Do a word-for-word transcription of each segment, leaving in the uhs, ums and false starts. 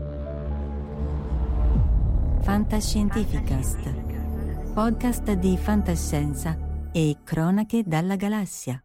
Fantascientificast, podcast di fantascienza e cronache dalla galassia.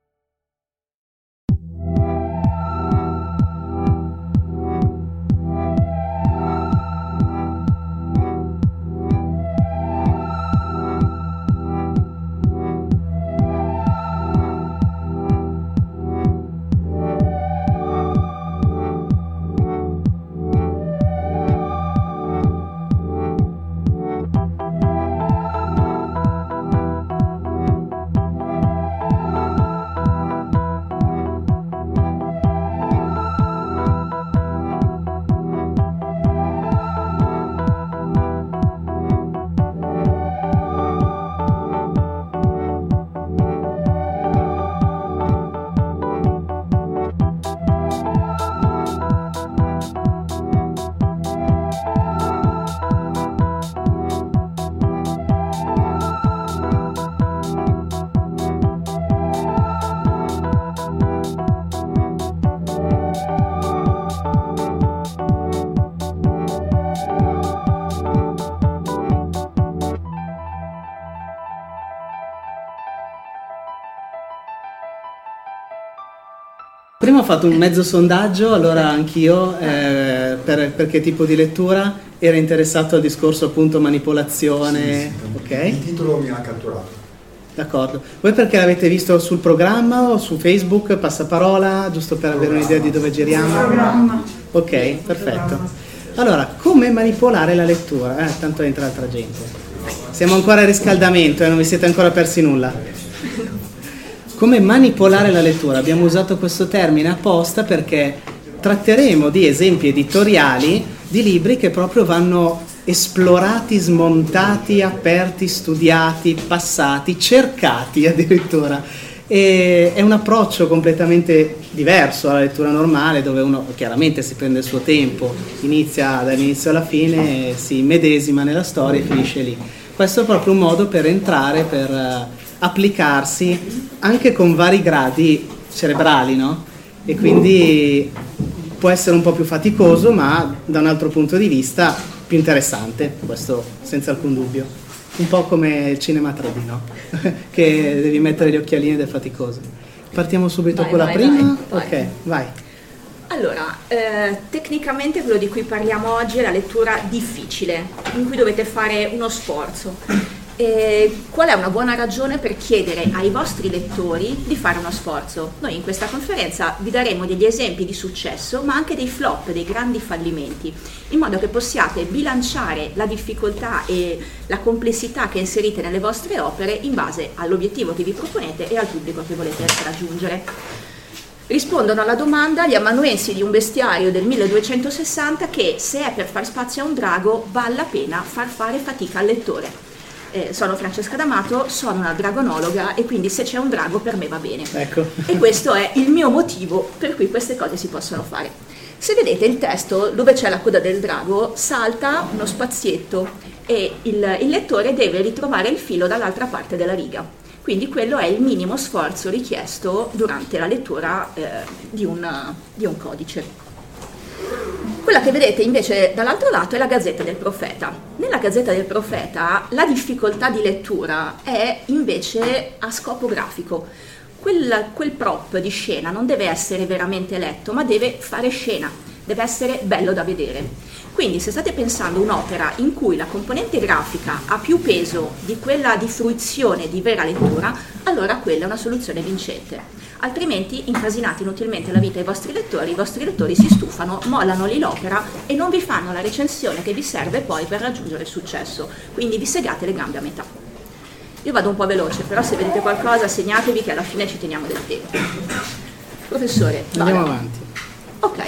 Prima ho fatto un mezzo sondaggio, allora anch'io, eh, per, per che tipo di lettura era interessato al discorso appunto manipolazione, sì, sì. Ok? Il titolo mi ha catturato. D'accordo. Voi perché l'avete visto sul programma o su Facebook, passaparola, giusto per avere un'idea di dove giriamo? Programma. Ok, perfetto. Allora, come manipolare la lettura? Eh, tanto entra altra gente. Siamo ancora a riscaldamento e eh, non vi siete ancora persi nulla. Come manipolare la lettura? Abbiamo usato questo termine apposta perché tratteremo di esempi editoriali di libri che proprio vanno esplorati, smontati, aperti, studiati, passati, cercati addirittura. E è un approccio completamente diverso alla lettura normale, dove uno chiaramente si prende il suo tempo, inizia dall'inizio alla fine, si medesima nella storia e finisce lì. Questo è proprio un modo per entrare, per applicarsi anche con vari gradi cerebrali, no? E quindi può essere un po' più faticoso, ma da un altro punto di vista più interessante, questo senza alcun dubbio. Un po' come il cinema tre D, no? Che devi mettere gli occhialini ed è faticoso. Partiamo subito vai, con la vai, prima? vai, ok, vai. vai. Allora, eh, tecnicamente quello di cui parliamo oggi è la lettura difficile, in cui dovete fare uno sforzo. E qual è una buona ragione per chiedere ai vostri lettori di fare uno sforzo? Noi in questa conferenza vi daremo degli esempi di successo, ma anche dei flop, dei grandi fallimenti, in modo che possiate bilanciare la difficoltà e la complessità che inserite nelle vostre opere in base all'obiettivo che vi proponete e al pubblico che volete raggiungere. Rispondono alla domanda gli amanuensi di un bestiario del milleduecentosessanta che, se è per far spazio a un drago, vale la pena far fare fatica al lettore. Eh, sono Francesca D'Amato, sono una dragonologa e quindi se c'è un drago per me va bene. Ecco. E questo è il mio motivo per cui queste cose si possono fare. Se vedete il testo dove c'è la coda del drago, salta uno spazietto e il, il lettore deve ritrovare il filo dall'altra parte della riga. Quindi quello è il minimo sforzo richiesto durante la lettura eh, di, un, di un codice. Quella che vedete invece dall'altro lato è la Gazzetta del Profeta. Nella Gazzetta del Profeta la difficoltà di lettura è invece a scopo grafico. Quel, quel prop di scena non deve essere veramente letto, ma deve fare scena, deve essere bello da vedere. Quindi se state pensando a un'opera in cui la componente grafica ha più peso di quella di fruizione di vera lettura, allora quella è una soluzione vincente. Altrimenti incasinate inutilmente la vita ai vostri lettori, i vostri lettori si stufano, mollano lì l'opera e non vi fanno la recensione che vi serve poi per raggiungere il successo, quindi vi segate le gambe a metà. Io vado un po' veloce, però se vedete qualcosa segnatevi che alla fine ci teniamo del tempo. Professore, Andiamo vada. avanti. Ok,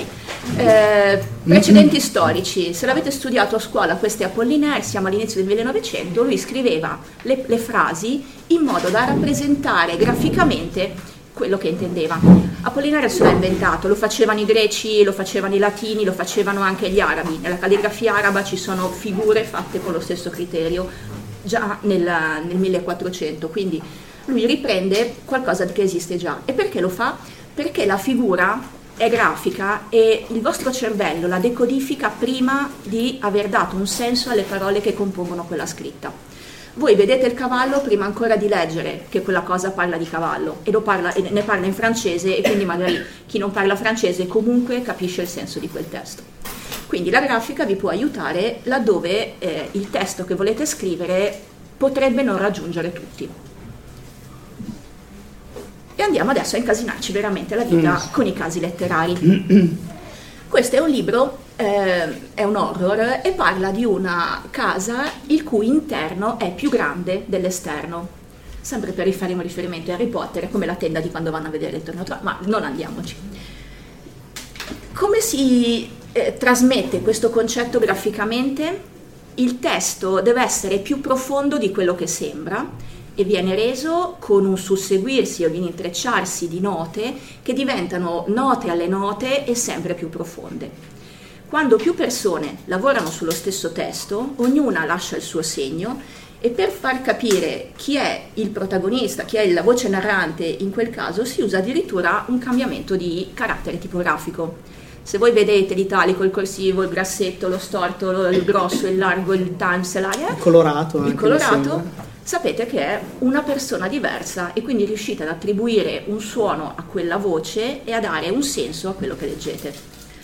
eh, precedenti mm-hmm. storici, se l'avete studiato a scuola, questo è Apollinaire, siamo all'inizio del millenovecento, lui scriveva le, le frasi in modo da rappresentare graficamente quello che intendeva. Apollinaire se l'ha inventato, lo facevano i greci, lo facevano i latini, lo facevano anche gli arabi. Nella calligrafia araba ci sono figure fatte con lo stesso criterio già nel, nel millequattrocento, quindi lui riprende qualcosa che esiste già. E perché lo fa? Perché la figura è grafica e il vostro cervello la decodifica prima di aver dato un senso alle parole che compongono quella scritta. Voi vedete il cavallo prima ancora di leggere che quella cosa parla di cavallo e, lo parla, e ne parla in francese, e quindi magari chi non parla francese comunque capisce il senso di quel testo. Quindi la grafica vi può aiutare laddove eh, il testo che volete scrivere potrebbe non raggiungere tutti. E andiamo adesso a incasinarci veramente la vita mm. con i casi letterari. Questo è un libro, eh, è un horror e parla di una casa il cui interno è più grande dell'esterno. Sempre per rifare un riferimento a Harry Potter, è come la tenda di quando vanno a vedere il torneo, ma non andiamoci. Come si eh, trasmette questo concetto graficamente? Il testo deve essere più profondo di quello che sembra e viene reso con un susseguirsi o un intrecciarsi di note che diventano note alle note e sempre più profonde. Quando più persone lavorano sullo stesso testo, ognuna lascia il suo segno e per far capire chi è il protagonista, chi è la voce narrante in quel caso, si usa addirittura un cambiamento di carattere tipografico. Se voi vedete l'italico, il corsivo, il grassetto, lo storto, il grosso, il largo, il times, l'area, il colorato, il colorato sapete che è una persona diversa e quindi riuscite ad attribuire un suono a quella voce e a dare un senso a quello che leggete.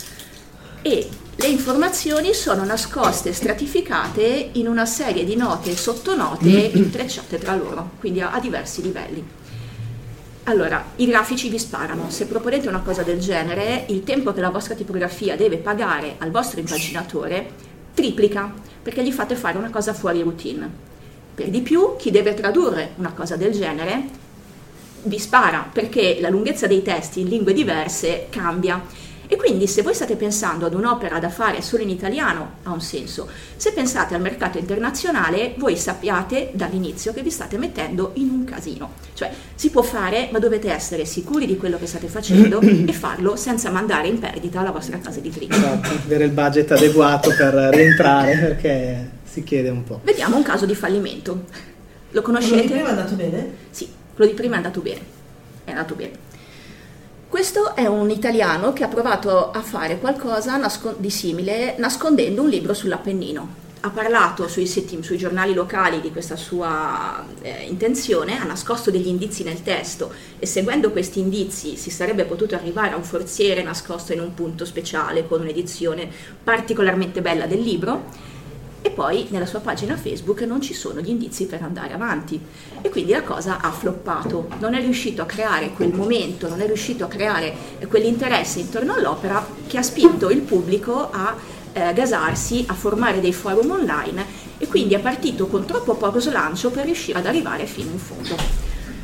E le informazioni sono nascoste, stratificate in una serie di note e sottonote intrecciate tra loro, quindi a, a diversi livelli. Allora, i grafici vi sparano. Se proponete una cosa del genere, il tempo che la vostra tipografia deve pagare al vostro impaginatore triplica, perché gli fate fare una cosa fuori routine. Per di più, chi deve tradurre una cosa del genere vi spara, perché la lunghezza dei testi in lingue diverse cambia. E quindi se voi state pensando ad un'opera da fare solo in italiano, ha un senso. Se pensate al mercato internazionale, voi sappiate dall'inizio che vi state mettendo in un casino. Cioè, si può fare, ma dovete essere sicuri di quello che state facendo e farlo senza mandare in perdita la vostra casa editrice. Esatto, avere il budget adeguato per rientrare, perché si chiede un po'. Vediamo un caso di fallimento. Lo conoscete? Quello di prima è andato bene? Sì, quello di prima è andato bene. È andato bene. Questo è un italiano che ha provato a fare qualcosa nascon- di simile nascondendo un libro sull'Appennino. Ha parlato sui siti, sui giornali locali di questa sua eh, intenzione, ha nascosto degli indizi nel testo e seguendo questi indizi si sarebbe potuto arrivare a un forziere nascosto in un punto speciale con un'edizione particolarmente bella del libro. E poi nella sua pagina Facebook non ci sono gli indizi per andare avanti e quindi la cosa ha floppato, non è riuscito a creare quel momento, non è riuscito a creare quell'interesse intorno all'opera che ha spinto il pubblico a eh, gasarsi, a formare dei forum online e quindi è partito con troppo poco slancio per riuscire ad arrivare fino in fondo.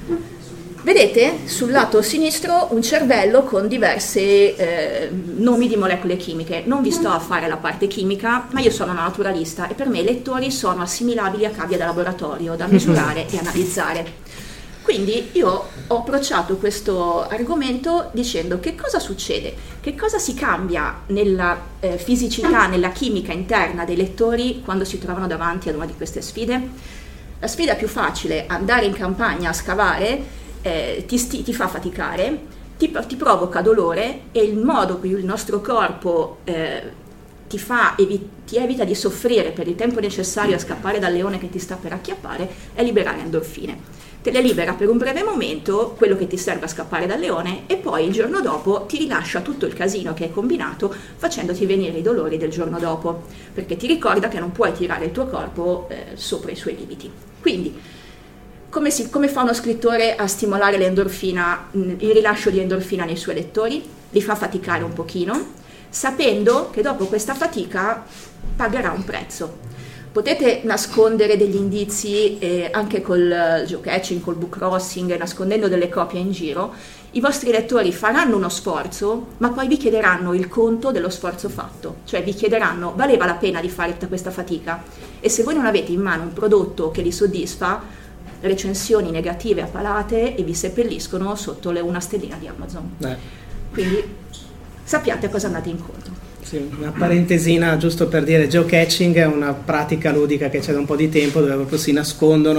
Vedete sul lato sinistro un cervello con diversi eh, nomi di molecole chimiche. Non vi sto a fare la parte chimica, ma io sono una naturalista e per me i lettori sono assimilabili a cavie da laboratorio, da misurare e analizzare. Quindi io ho approcciato questo argomento dicendo che cosa succede, che cosa si cambia nella eh, fisicità, nella chimica interna dei lettori quando si trovano davanti ad una di queste sfide. La sfida più facile, andare in campagna a scavare, Eh, ti, sti, ti fa faticare, ti, ti provoca dolore e il modo in cui il nostro corpo eh, ti, fa, evi, ti evita di soffrire per il tempo necessario a scappare dal leone che ti sta per acchiappare è liberare endorfine. Te le libera per un breve momento, quello che ti serve a scappare dal leone, e poi il giorno dopo ti rilascia tutto il casino che hai combinato facendoti venire i dolori del giorno dopo, perché ti ricorda che non puoi tirare il tuo corpo eh, sopra i suoi limiti. Quindi Come, si, come fa uno scrittore a stimolare l'endorfina, il rilascio di endorfina nei suoi lettori? Li fa faticare un pochino, sapendo che dopo questa fatica pagherà un prezzo. Potete nascondere degli indizi eh, anche col geocaching, col book crossing, nascondendo delle copie in giro. I vostri lettori faranno uno sforzo, ma poi vi chiederanno il conto dello sforzo fatto. Cioè vi chiederanno, valeva la pena di fare tutta questa fatica? E se voi non avete in mano un prodotto che li soddisfa, recensioni negative a palate e vi seppelliscono sotto le, una stellina di Amazon. Eh. Quindi sappiate a cosa andate incontro. Sì, una parentesina giusto per dire, geocaching è una pratica ludica che c'è da un po' di tempo dove proprio si nascondono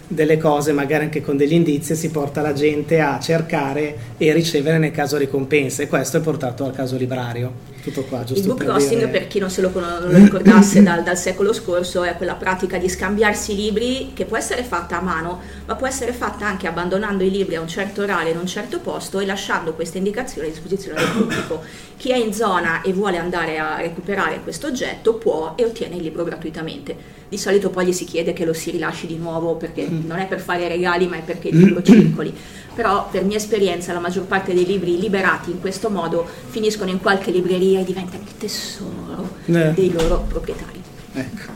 delle cose, magari anche con degli indizi, si porta la gente a cercare e ricevere nel caso ricompense, e questo è portato al caso librario. Tutto qua, giusto. Il book per crossing, dire... per chi non se lo, non lo ricordasse dal, dal secolo scorso, è quella pratica di scambiarsi libri che può essere fatta a mano, ma può essere fatta anche abbandonando i libri a un certo orario in un certo posto e lasciando queste indicazioni a disposizione del pubblico. Chi è in zona e vuole andare a recuperare questo oggetto può e ottiene il libro gratuitamente. Di solito poi gli si chiede che lo si rilasci di nuovo, perché non è per fare regali ma è perché il libro circoli. Però per mia esperienza la maggior parte dei libri liberati in questo modo finiscono in qualche libreria e diventano il tesoro eh. dei loro proprietari. Ecco.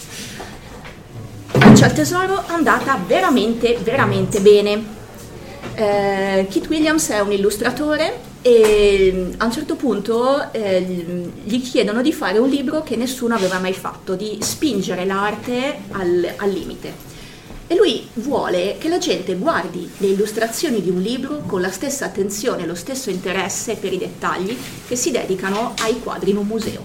Caccia al tesoro andata veramente veramente bene. eh, Keith Williams è un illustratore e a un certo punto eh, gli chiedono di fare un libro che nessuno aveva mai fatto, di spingere l'arte al, al limite. E lui vuole che la gente guardi le illustrazioni di un libro con la stessa attenzione, lo stesso interesse per i dettagli che si dedicano ai quadri in un museo.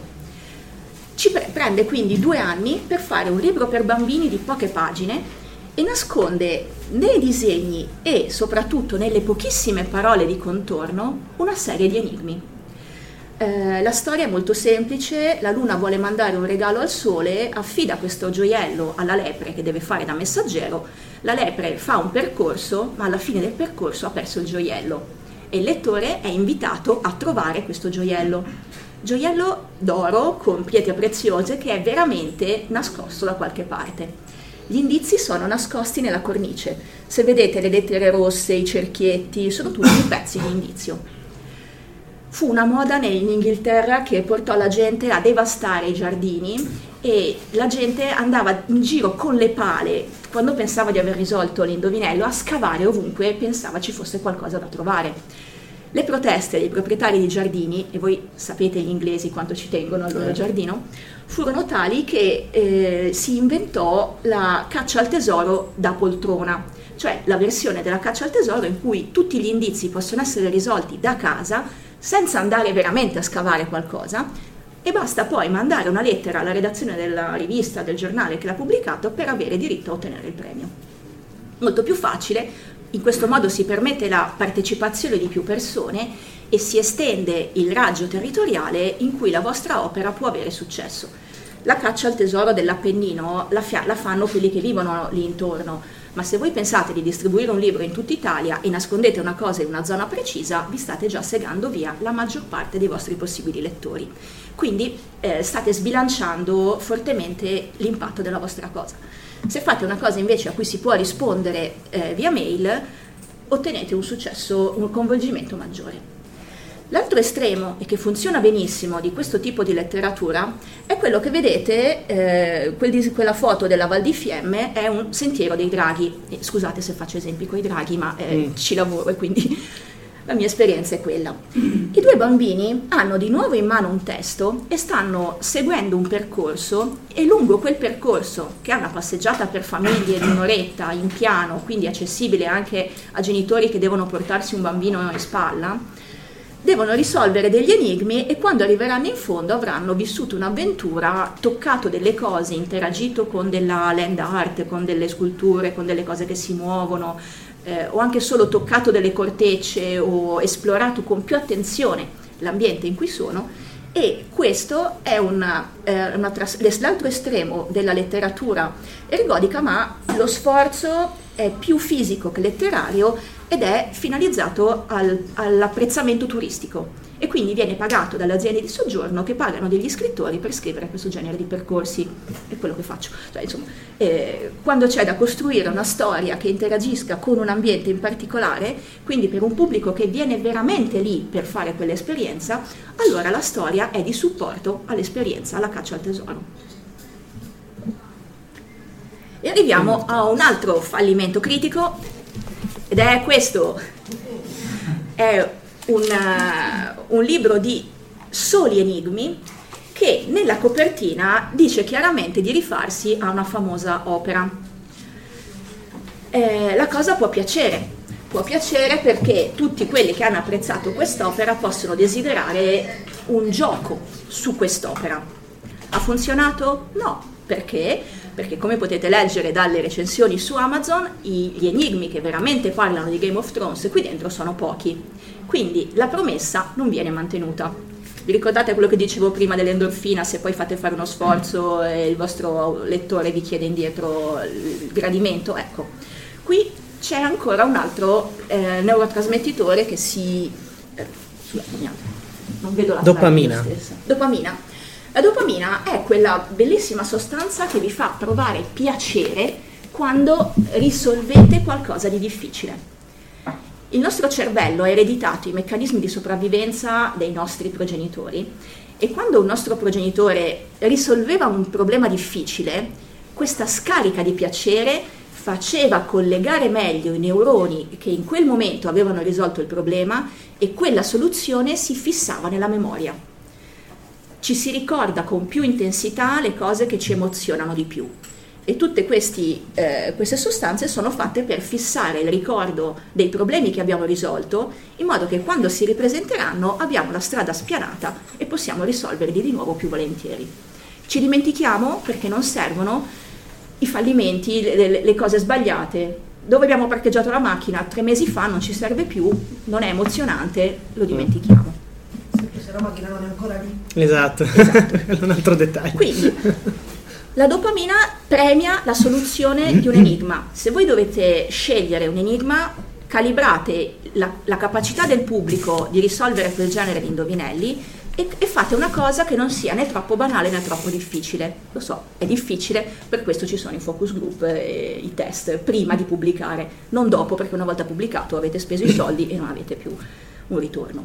Ci pre- prende quindi due anni per fare un libro per bambini di poche pagine e nasconde nei disegni e soprattutto nelle pochissime parole di contorno una serie di enigmi. Eh, la storia è molto semplice: la luna vuole mandare un regalo al sole, affida questo gioiello alla lepre che deve fare da messaggero, la lepre fa un percorso ma alla fine del percorso ha perso il gioiello e il lettore è invitato a trovare questo gioiello. Gioiello d'oro con pietre preziose che è veramente nascosto da qualche parte. Gli indizi sono nascosti nella cornice. Se vedete le lettere rosse, i cerchietti, sono tutti pezzi di indizio. Fu una moda in Inghilterra che portò la gente a devastare i giardini e la gente andava in giro con le pale, quando pensava di aver risolto l'indovinello, a scavare ovunque e pensava ci fosse qualcosa da trovare. Le proteste dei proprietari di giardini, e voi sapete gli inglesi quanto ci tengono al loro eh. giardino, furono tali che eh, si inventò la caccia al tesoro da poltrona, cioè la versione della caccia al tesoro in cui tutti gli indizi possono essere risolti da casa senza andare veramente a scavare qualcosa e basta poi mandare una lettera alla redazione della rivista, del giornale che l'ha pubblicato per avere diritto a ottenere il premio. Molto più facile. In questo modo si permette la partecipazione di più persone e si estende il raggio territoriale in cui la vostra opera può avere successo. La caccia al tesoro dell'Appennino la, fia- la fanno quelli che vivono lì intorno, ma se voi pensate di distribuire un libro in tutta Italia e nascondete una cosa in una zona precisa, vi state già segando via la maggior parte dei vostri possibili lettori. Quindi eh, state sbilanciando fortemente l'impatto della vostra cosa. Se fate una cosa invece a cui si può rispondere eh, via mail, ottenete un successo, un coinvolgimento maggiore. L'altro estremo, e che funziona benissimo di questo tipo di letteratura, è quello che vedete, eh, quel di, quella foto della Val di Fiemme è un sentiero dei draghi. Eh, scusate se faccio esempi con i draghi, ma eh, mm. ci lavoro e quindi la mia esperienza è quella. I due bambini hanno di nuovo in mano un testo e stanno seguendo un percorso e lungo quel percorso, che è una passeggiata per famiglie di un'oretta in piano, quindi accessibile anche a genitori che devono portarsi un bambino in spalla, devono risolvere degli enigmi e quando arriveranno in fondo avranno vissuto un'avventura, toccato delle cose, interagito con della land art, con delle sculture, con delle cose che si muovono, eh, o anche solo toccato delle cortecce o esplorato con più attenzione l'ambiente in cui sono. E questo è una, eh, una tras- l'altro estremo della letteratura ergodica, ma lo sforzo è più fisico che letterario ed è finalizzato al, all'apprezzamento turistico e quindi viene pagato dalle aziende di soggiorno che pagano degli scrittori per scrivere questo genere di percorsi. È quello che faccio. Cioè, insomma, eh, quando c'è da costruire una storia che interagisca con un ambiente in particolare, quindi per un pubblico che viene veramente lì per fare quell'esperienza, allora la storia è di supporto all'esperienza, alla caccia al tesoro. E arriviamo a un altro fallimento critico, ed è questo. È un, uh, un libro di soli enigmi che nella copertina dice chiaramente di rifarsi a una famosa opera. Eh, la cosa può piacere, può piacere perché tutti quelli che hanno apprezzato quest'opera possono desiderare un gioco su quest'opera. Ha funzionato? No. Perché? Perché come potete leggere dalle recensioni su Amazon, i, gli enigmi che veramente parlano di Game of Thrones qui dentro sono pochi. Quindi la promessa non viene mantenuta. Vi ricordate quello che dicevo prima dell'endorfina? Se poi fate fare uno sforzo e il vostro lettore vi chiede indietro il gradimento, ecco. Qui c'è ancora un altro eh, neurotrasmettitore che si... Eh, non vedo la dopamina. Dopamina. La dopamina è quella bellissima sostanza che vi fa provare piacere quando risolvete qualcosa di difficile. Il nostro cervello ha ereditato i meccanismi di sopravvivenza dei nostri progenitori e quando un nostro progenitore risolveva un problema difficile, questa scarica di piacere faceva collegare meglio i neuroni che in quel momento avevano risolto il problema e quella soluzione si fissava nella memoria. Ci si ricorda con più intensità le cose che ci emozionano di più. E tutte questi, eh, queste sostanze sono fatte per fissare il ricordo dei problemi che abbiamo risolto, in modo che quando si ripresenteranno abbiamo la strada spianata e possiamo risolverli di nuovo più volentieri. Ci dimentichiamo perché non servono i fallimenti, le, le cose sbagliate. Dove abbiamo parcheggiato la macchina tre mesi fa non ci serve più, non è emozionante, lo dimentichiamo. Se la macchina non è ancora lì. Esatto, esatto. È un altro dettaglio. Quindi la dopamina premia la soluzione di un enigma. Se voi dovete scegliere un enigma, calibrate la, la capacità del pubblico di risolvere quel genere di indovinelli e, e fate una cosa che non sia né troppo banale né troppo difficile. Lo so, è difficile, per questo ci sono i focus group e i test prima di pubblicare, non dopo, perché una volta pubblicato avete speso i soldi e non avete più un ritorno.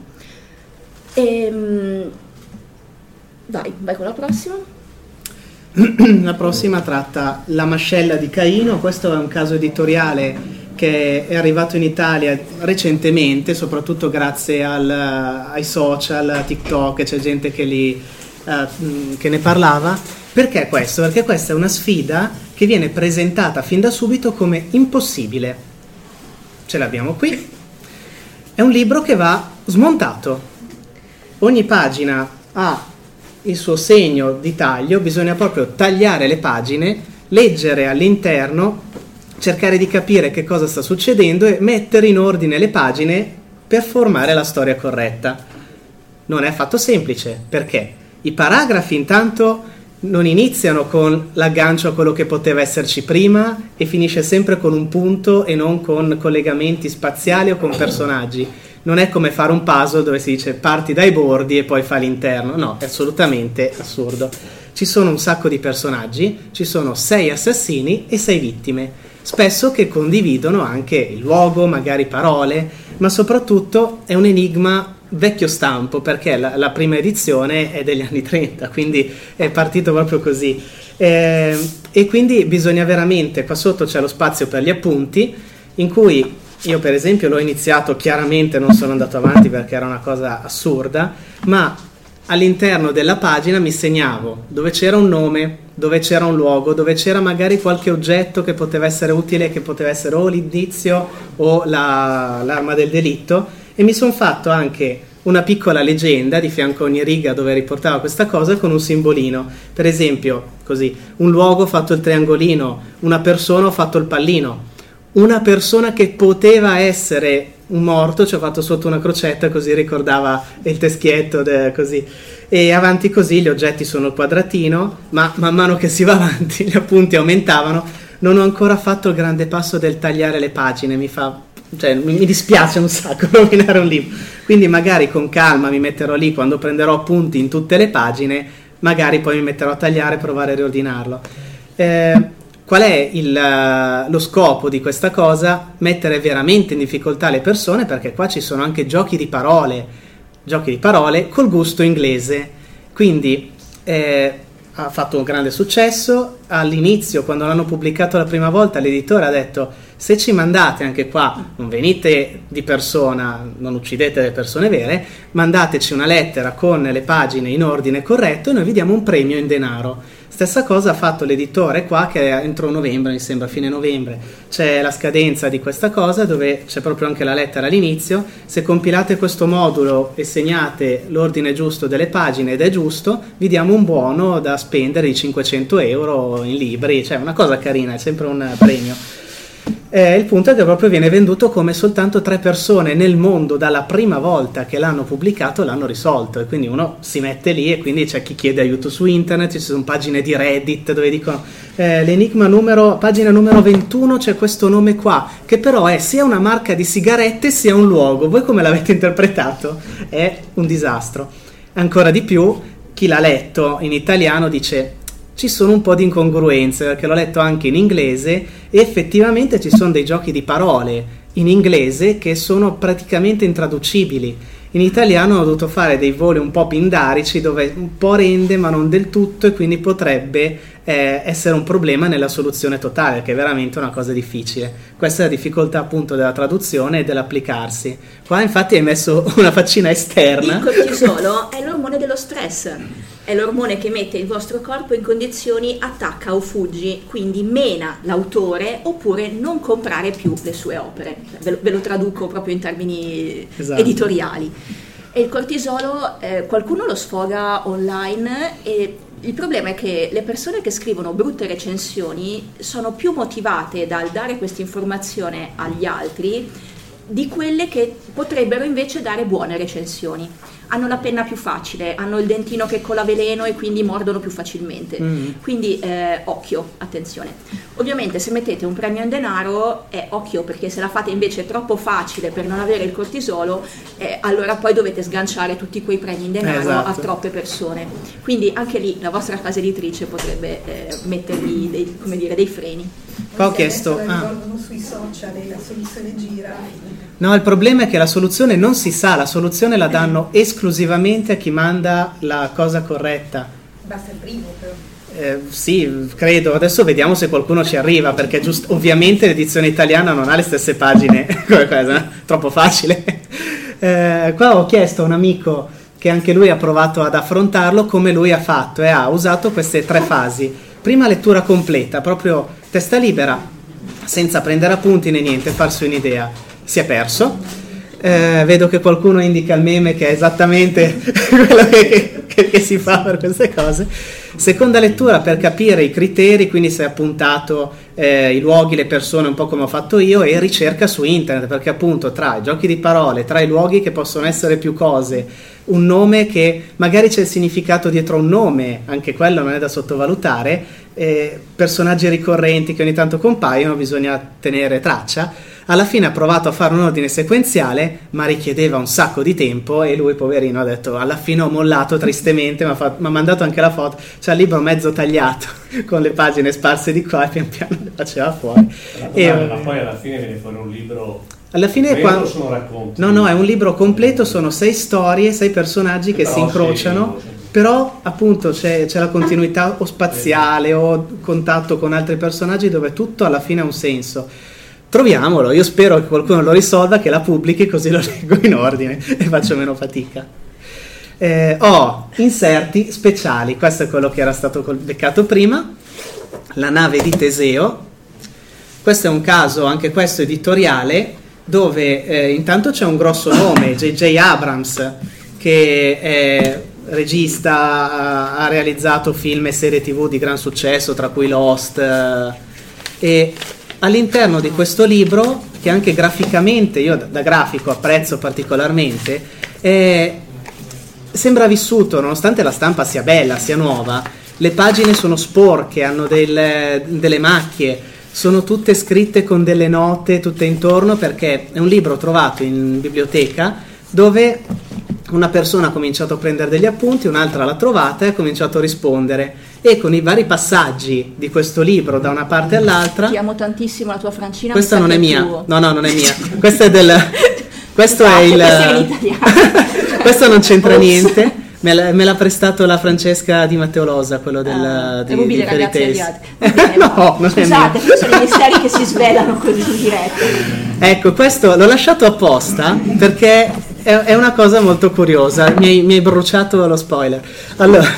Ehm, vai, vai con la prossima. La prossima tratta La mascella di Caino. Questo è un caso editoriale che è arrivato in Italia recentemente, soprattutto grazie al, ai social, a TikTok, c'è gente che, li, uh, che ne parlava. Perché questo? Perché questa è una sfida che viene presentata fin da subito come impossibile. Ce l'abbiamo qui. È un libro che va smontato. Ogni pagina ha il suo segno di taglio, bisogna proprio tagliare le pagine, leggere all'interno, cercare di capire che cosa sta succedendo e mettere in ordine le pagine per formare la storia corretta. Non è affatto semplice, perché i paragrafi intanto non iniziano con l'aggancio a quello che poteva esserci prima e finisce sempre con un punto e non con collegamenti spaziali o con personaggi. Non è come fare un puzzle dove si dice parti dai bordi e poi fa l'interno. No, è assolutamente assurdo. Ci sono un sacco di personaggi, ci sono sei assassini e sei vittime, spesso che condividono anche il luogo, magari parole, ma soprattutto è un enigma vecchio stampo, perché la, la prima edizione è degli anni trenta, quindi è partito proprio così. Eh, e quindi bisogna veramente, qua sotto c'è lo spazio per gli appunti, in cui io per esempio l'ho iniziato, chiaramente non sono andato avanti perché era una cosa assurda, ma all'interno della pagina mi segnavo dove c'era un nome, dove c'era un luogo, dove c'era magari qualche oggetto che poteva essere utile, che poteva essere o l'indizio o la, l'arma del delitto, e mi sono fatto anche una piccola leggenda di fianco a ogni riga dove riportava questa cosa con un simbolino. Per esempio, così, un luogo ho fatto il triangolino, una persona ho fatto il pallino, una persona che poteva essere un morto ci ho fatto sotto una crocetta, così ricordava il teschietto, de, così. E avanti così gli oggetti sono il quadratino, ma man mano che si va avanti gli appunti aumentavano. Non ho ancora fatto il grande passo del tagliare le pagine, mi fa, cioè mi dispiace un sacco rovinare un libro, quindi magari con calma mi metterò lì quando prenderò appunti in tutte le pagine, magari poi mi metterò a tagliare e provare a riordinarlo. Eh, Qual è il, lo scopo di questa cosa? Mettere veramente in difficoltà le persone, perché qua ci sono anche giochi di parole, giochi di parole col gusto inglese. Quindi eh, ha fatto un grande successo. All'inizio, quando l'hanno pubblicato la prima volta, l'editore ha detto Se ci mandate, anche qua, non venite di persona, non uccidete le persone vere, mandateci una lettera con le pagine in ordine corretto e noi vi diamo un premio in denaro. Stessa cosa ha fatto l'editore qua, che entro novembre, mi sembra fine novembre, c'è la scadenza di questa cosa dove c'è proprio anche la lettera all'inizio. Se compilate questo modulo e segnate l'ordine giusto delle pagine ed è giusto, vi diamo un buono da spendere di cinquecento euro in libri, cioè una cosa carina, è sempre un premio. Eh, il punto è che proprio viene venduto come soltanto tre persone nel mondo dalla prima volta che l'hanno pubblicato l'hanno risolto, e quindi uno si mette lì e quindi c'è chi chiede aiuto su internet, ci sono pagine di Reddit dove dicono eh, l'enigma numero, pagina numero ventuno, c'è questo nome qua che però è sia una marca di sigarette sia un luogo, voi come l'avete interpretato? È un disastro. Ancora di più, chi l'ha letto in italiano dice ci sono un po' di incongruenze, perché l'ho letto anche in inglese e effettivamente ci sono dei giochi di parole in inglese che sono praticamente intraducibili. In italiano ho dovuto fare dei voli un po' pindarici dove un po' rende ma non del tutto, e quindi potrebbe eh, essere un problema nella soluzione totale, che è veramente una cosa difficile. Questa è la difficoltà appunto della traduzione e dell'applicarsi. Qua infatti hai messo una faccina esterna. Il cortisolo è l'ormone dello stress, è l'ormone che mette il vostro corpo in condizioni attacca o fuggi, quindi mena l'autore oppure non comprare più le sue opere. Ve lo, ve lo traduco proprio in termini esatto. editoriali. E il cortisolo eh, qualcuno lo sfoga online, e il problema è che le persone che scrivono brutte recensioni sono più motivate dal dare questa informazione agli altri di quelle che potrebbero invece dare buone recensioni. Hanno la penna più facile, hanno il dentino che cola veleno e quindi mordono più facilmente. Mm. Quindi eh, occhio, attenzione. Ovviamente se mettete un premio in denaro, eh, occhio, perché se la fate invece troppo facile per non avere il cortisolo, eh, allora poi dovete sganciare tutti quei premi in denaro esatto. a troppe persone. Quindi anche lì la vostra casa editrice potrebbe eh, mettervi dei, come dire, dei freni. Ho chiesto ah. sui social e la soluzione gira. No, il problema è che la soluzione non si sa, la soluzione la danno esclusivamente a chi manda la cosa corretta. Basta il primo però. Eh, sì, credo. Adesso vediamo se qualcuno ci arriva, perché giust- ovviamente l'edizione italiana non ha le stesse pagine come questa, troppo facile. Eh, qua ho chiesto a un amico che anche lui ha provato ad affrontarlo come lui ha fatto, e ha usato queste tre fasi. Prima lettura completa, proprio testa libera, senza prendere appunti né niente, farsi un'idea. Si è perso. Eh, vedo che qualcuno indica il meme che è esattamente quello che, che, che si fa per queste cose. Seconda lettura per capire i criteri, quindi si è appuntato eh, i luoghi, le persone, un po' come ho fatto io, e ricerca su internet, perché appunto tra i giochi di parole, tra i luoghi che possono essere più cose, un nome che magari c'è il significato dietro un nome, anche quello non è da sottovalutare, eh, personaggi ricorrenti che ogni tanto compaiono, bisogna tenere traccia. Alla fine ha provato a fare un ordine sequenziale, ma richiedeva un sacco di tempo, e lui poverino ha detto, alla fine ho mollato tristemente, mi ha mandato anche la foto, c'è il libro mezzo tagliato con le pagine sparse di qua, e pian piano le faceva fuori. E, ma poi alla fine viene fuori un libro. Alla fine quando... sono racconti. No, no, è un libro completo, sono sei storie, sei personaggi che però si incrociano, sì, però appunto c'è, c'è la continuità o spaziale o contatto con altri personaggi dove tutto alla fine ha un senso. Troviamolo, io spero che qualcuno lo risolva, che la pubblichi, così lo leggo in ordine e faccio meno fatica. Eh, ho inserti speciali, questo è quello che era stato beccato prima, la nave di Teseo. Questo è un caso, anche questo editoriale, dove eh, intanto c'è un grosso nome, J J Abrams, che è regista, ha realizzato film e serie tv di gran successo, tra cui Lost, eh, e all'interno di questo libro, che anche graficamente, io da, da grafico apprezzo particolarmente, eh, sembra vissuto, nonostante la stampa sia bella, sia nuova, le pagine sono sporche, hanno del, delle macchie, sono tutte scritte con delle note tutte intorno, perché è un libro trovato in biblioteca dove una persona ha cominciato a prendere degli appunti, un'altra l'ha trovata e ha cominciato a rispondere, e con i vari passaggi di questo libro da una parte all'altra. Ti amo tantissimo la tua Francina. Questa non è mia, tuo. no no non è mia, questa è del questo ah, è il questo, è in questo non c'entra niente. Me l'ha, me l'ha prestato la Francesca di Matteo Losa, quello del, ah, di, rubi di le ragazze agli Fairy altri. No, non scusate, è questi sono i misteri che si svelano così in diretta. Ecco, questo l'ho lasciato apposta perché è, è una cosa molto curiosa, mi hai, mi hai bruciato lo spoiler. Allora,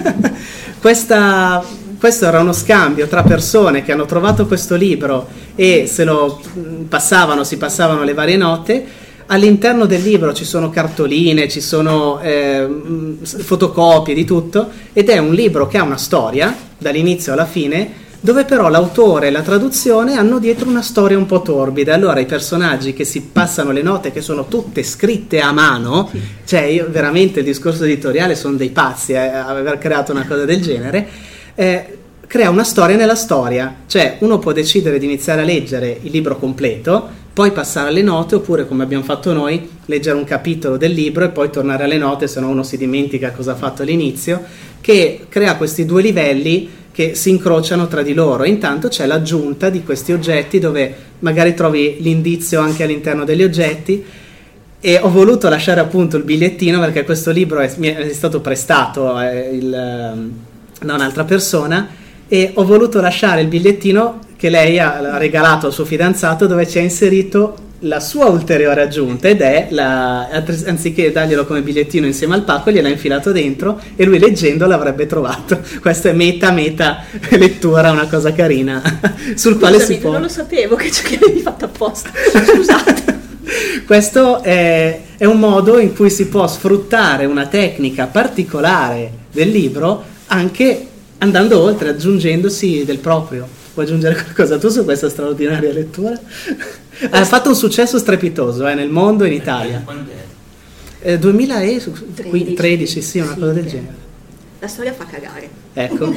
questa, questo era uno scambio tra persone che hanno trovato questo libro e se lo passavano, si passavano le varie note. All'interno del libro ci sono cartoline, ci sono eh, fotocopie di tutto, ed è un libro che ha una storia dall'inizio alla fine, dove però l'autore e la traduzione hanno dietro una storia un po' torbida. Allora i personaggi che si passano le note, che sono tutte scritte a mano, cioè io veramente il discorso editoriale sono dei pazzi eh, aver creato una cosa del genere, eh, crea una storia nella storia, cioè uno può decidere di iniziare a leggere il libro completo, poi passare alle note, oppure come abbiamo fatto noi, leggere un capitolo del libro e poi tornare alle note, se no uno si dimentica cosa ha fatto all'inizio, che crea questi due livelli che si incrociano tra di loro. E intanto c'è l'aggiunta di questi oggetti dove magari trovi l'indizio anche all'interno degli oggetti. E ho voluto lasciare appunto il bigliettino perché questo libro è, mi è stato prestato eh, il, da un'altra persona, e ho voluto lasciare il bigliettino che lei ha regalato al suo fidanzato, dove ci ha inserito la sua ulteriore aggiunta, ed è la, anziché darglielo come bigliettino insieme al pacco, gliel'ha infilato dentro e lui leggendo l'avrebbe trovato. Questo è meta meta lettura, una cosa carina sul quale Scusami, si può... non lo sapevo che, che l'avevi fatto apposta, scusate. Questo è, è un modo in cui si può sfruttare una tecnica particolare del libro anche andando oltre, aggiungendosi del proprio. Vuoi aggiungere qualcosa tu su questa straordinaria lettura? Ha fatto un successo strepitoso eh, nel mondo e in Italia. Quando è? Eh, duemilatredici, sì, una sì, cosa del sì. genere. La storia fa cagare. Ecco.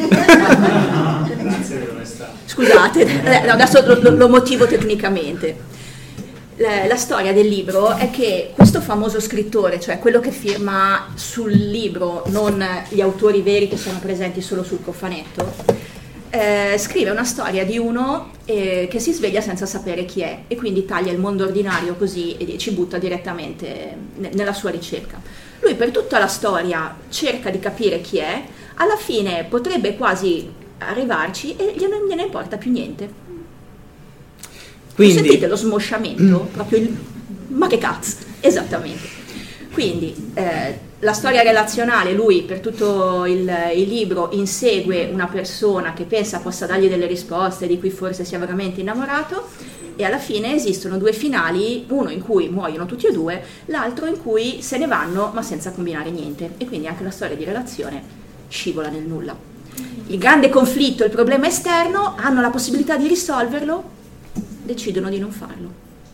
Scusate, eh, adesso lo, lo motivo tecnicamente. La, la storia del libro è che questo famoso scrittore, cioè quello che firma sul libro, non gli autori veri che sono presenti solo sul cofanetto, Eh, scrive una storia di uno eh, che si sveglia senza sapere chi è e quindi taglia il mondo ordinario così e ci butta direttamente ne- nella sua ricerca. Lui per tutta la storia cerca di capire chi è, alla fine potrebbe quasi arrivarci e gliene, non gliene importa più niente. Quindi... Sentite lo smosciamento? Proprio il... ma che cazzo, esattamente. Quindi eh, la storia relazionale, lui per tutto il, il libro insegue una persona che pensa possa dargli delle risposte, di cui forse sia veramente innamorato, e alla fine esistono due finali, uno in cui muoiono tutti e due, l'altro in cui se ne vanno ma senza combinare niente, e quindi anche la storia di relazione scivola nel nulla. Il grande conflitto, il problema esterno, hanno la possibilità di risolverlo, decidono di non farlo.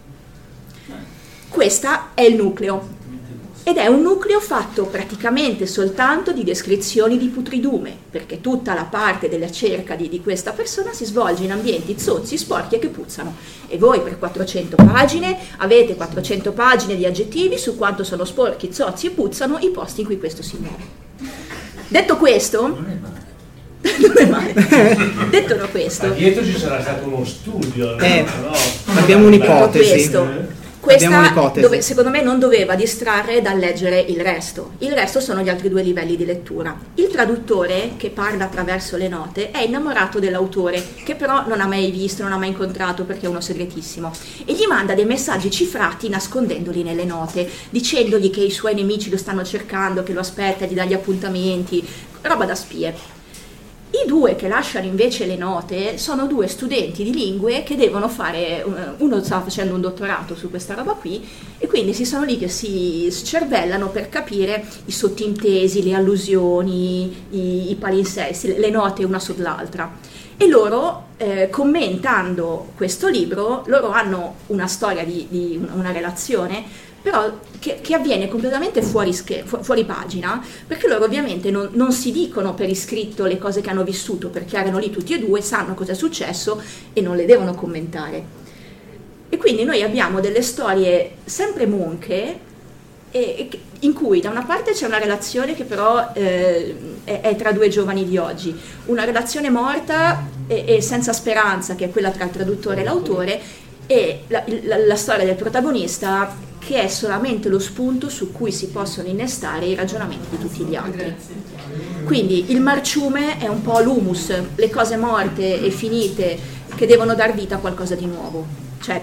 Questo è il nucleo. Ed è un nucleo fatto praticamente soltanto di descrizioni di putridume, perché tutta la parte della cerca di, di questa persona si svolge in ambienti zozzi, sporchi e che puzzano. E voi per quattrocento pagine avete quattrocento pagine di aggettivi su quanto sono sporchi, zozzi e puzzano i posti in cui questo si muove. Detto questo... Non è male. non è male. Detto questo... Ma dietro ci sarà stato uno studio, no? Eh, No. abbiamo un'ipotesi. Questo, questa Abbiamo un'ipotesi. dove, secondo me non doveva distrarre dal leggere il resto. Il resto sono gli altri due livelli di lettura. Il traduttore, che parla attraverso le note, è innamorato dell'autore, che però non ha mai visto, non ha mai incontrato perché è uno segretissimo, e gli manda dei messaggi cifrati nascondendoli nelle note, dicendogli che i suoi nemici lo stanno cercando, che lo aspetta, gli dà gli appuntamenti, roba da spie. I due che lasciano invece le note sono due studenti di lingue che devono fare, uno sta facendo un dottorato su questa roba qui, e quindi si sono lì che si scervellano per capire i sottintesi, le allusioni, i, i palinsesti, le note una sull'altra. E loro, eh, commentando questo libro, loro hanno una storia di, di una relazione, però che, che avviene completamente fuori, scher- fu- fuori pagina, perché loro ovviamente non, non si dicono per iscritto le cose che hanno vissuto, perché erano lì tutti e due, sanno cosa è successo e non le devono commentare. E quindi noi abbiamo delle storie sempre monche, e, e, in cui da una parte c'è una relazione che però eh, è, è tra due giovani di oggi, una relazione morta e, e senza speranza, che è quella tra il traduttore e l'autore, e la, la, la storia del protagonista, che è solamente lo spunto su cui si possono innestare i ragionamenti di tutti gli altri. Quindi il marciume è un po' l'humus, le cose morte e finite che devono dar vita a qualcosa di nuovo. Cioè,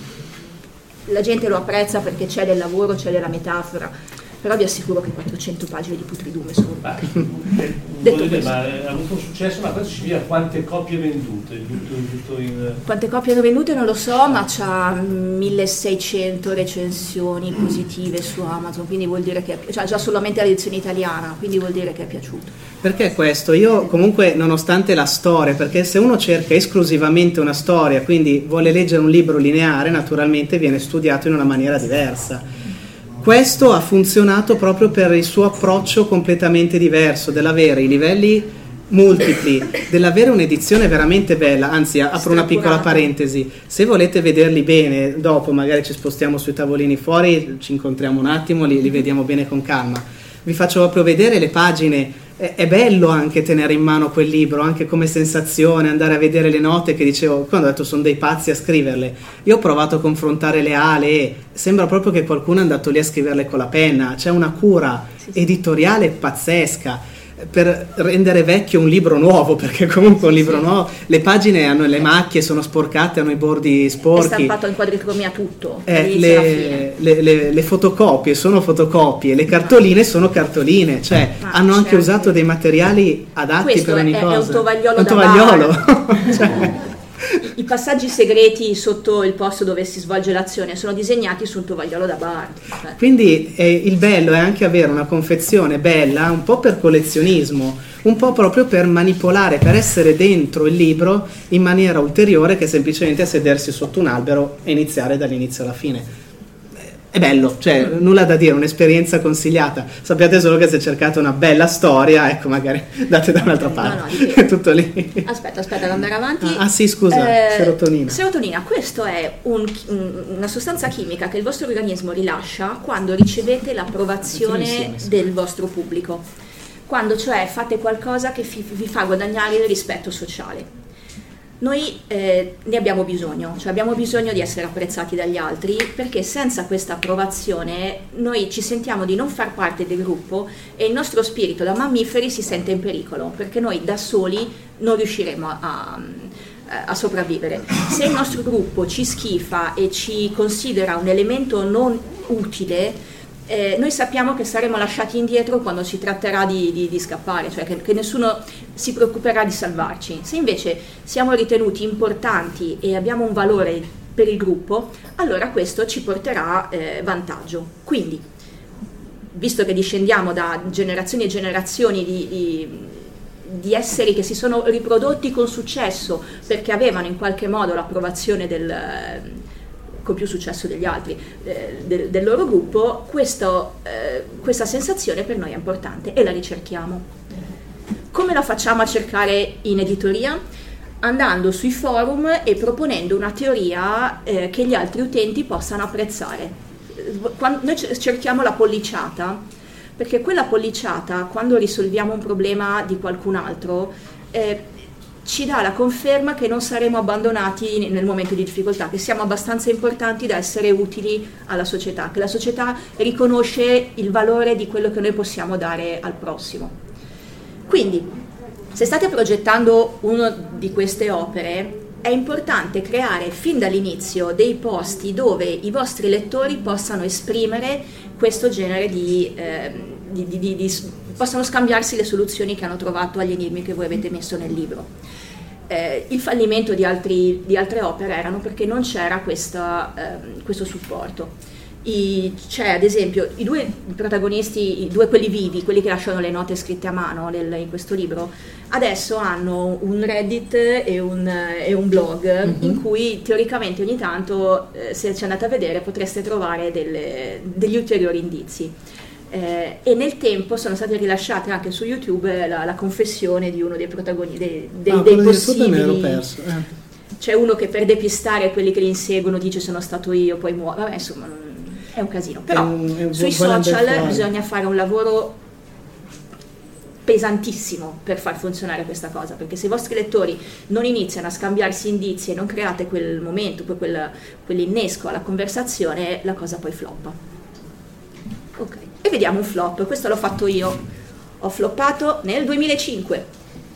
la gente lo apprezza perché c'è del lavoro, c'è della metafora, però vi assicuro che quattrocento pagine di putridume sono ma, eh, detto dire, questo. ma ha avuto un successo, ma questo significa quante copie vendute? Giusto, giusto in... Quante copie hanno vendute non lo so, ma c'ha milleseicento recensioni positive su Amazon, quindi vuol dire che è, cioè già solamente l'edizione italiana, quindi vuol dire che è piaciuto. Perché questo? Io comunque, nonostante la storia, perché se uno cerca esclusivamente una storia, quindi vuole leggere un libro lineare, naturalmente viene studiato in una maniera diversa. Questo ha funzionato proprio per il suo approccio completamente diverso, dell'avere i livelli multipli, dell'avere un'edizione veramente bella. Anzi, apro una piccola parentesi, se volete vederli bene, dopo magari ci spostiamo sui tavolini fuori, ci incontriamo un attimo, li, li vediamo bene con calma. Vi faccio proprio vedere le pagine. È bello anche tenere in mano quel libro, anche come sensazione, andare a vedere le note che dicevo, quando ho detto sono dei pazzi a scriverle. Io ho provato a confrontare le ale e sembra proprio che qualcuno è andato lì a scriverle con la penna. C'è una cura editoriale pazzesca per rendere vecchio un libro nuovo, perché comunque un libro nuovo, le pagine hanno le macchie, sono sporcate, hanno i bordi sporchi. È stampato in quadricromia tutto. Eh, le, le, le, le fotocopie sono fotocopie, le cartoline sono cartoline, cioè ah, hanno anche certo. usato dei materiali adatti questo per ogni è, cosa. È un tovagliolo, è un da tovagliolo. bar. Cioè. I passaggi segreti sotto il posto dove si svolge l'azione sono disegnati su un tovagliolo da bar. Cioè. Quindi eh, il bello è anche avere una confezione bella, un po' per collezionismo, un po' proprio per manipolare, per essere dentro il libro in maniera ulteriore che semplicemente sedersi sotto un albero e iniziare dall'inizio alla fine. È bello, cioè nulla da dire, un'esperienza consigliata. Sappiate solo che se cercate una bella storia, ecco, magari date da un'altra parte. No, no, è tutto lì. Aspetta, aspetta, ad andare avanti. Ah, ah sì, scusa, eh, serotonina. Serotonina, questo è un, una sostanza chimica che il vostro organismo rilascia quando ricevete l'approvazione del vostro pubblico. Quando cioè fate qualcosa che fi, vi fa guadagnare il rispetto sociale. Noi eh, ne abbiamo bisogno, cioè abbiamo bisogno di essere apprezzati dagli altri, perché senza questa approvazione noi ci sentiamo di non far parte del gruppo e il nostro spirito da mammiferi si sente in pericolo, perché noi da soli non riusciremo a, a, a sopravvivere. Se il nostro gruppo ci schifa e ci considera un elemento non utile, Eh, noi sappiamo che saremo lasciati indietro quando si tratterà di, di, di scappare, cioè che, che nessuno si preoccuperà di salvarci. Se invece siamo ritenuti importanti e abbiamo un valore per il gruppo, allora questo ci porterà eh, vantaggio. Quindi, visto che discendiamo da generazioni e generazioni di, di, di esseri che si sono riprodotti con successo perché avevano in qualche modo l'approvazione del... con più successo degli altri, eh, del, del loro gruppo, questo, eh, questa sensazione per noi è importante e la ricerchiamo. Come la facciamo a cercare in editoria? Andando sui forum e proponendo una teoria eh, che gli altri utenti possano apprezzare. Quando noi cerchiamo la polliciata, perché quella polliciata, quando risolviamo un problema di qualcun altro, eh, ci dà la conferma che non saremo abbandonati nel momento di difficoltà, che siamo abbastanza importanti da essere utili alla società, che la società riconosce il valore di quello che noi possiamo dare al prossimo. Quindi, se state progettando una di queste opere, è importante creare fin dall'inizio dei posti dove i vostri lettori possano esprimere questo genere di... Eh, di, di, di, di possano scambiarsi le soluzioni che hanno trovato agli enigmi che voi avete messo nel libro. Eh, il fallimento di, altri, di altre opere erano perché non c'era questa, eh, questo supporto. I, c'è ad esempio i due protagonisti, i due quelli vivi, quelli che lasciano le note scritte a mano nel, in questo libro, adesso hanno un Reddit e un, e un blog mm-hmm. in cui teoricamente ogni tanto, eh, se ci andate a vedere, potreste trovare delle, degli ulteriori indizi. Eh, e nel tempo sono state rilasciate anche su YouTube la, la confessione di uno dei protagonisti, dei, dei, ah, dei possibili. Me l'ero perso. Eh. C'è uno che per depistare quelli che li inseguono dice sono stato io, poi muore. Vabbè, insomma, è un casino. Però è un, è un sui social bisogna fare un lavoro pesantissimo per far funzionare questa cosa, perché se i vostri lettori non iniziano a scambiarsi indizi e non create quel momento, quel, quell'innesco alla conversazione, la cosa poi floppa. Ok, e vediamo un flop. Questo l'ho fatto io, ho floppato nel duemilacinque.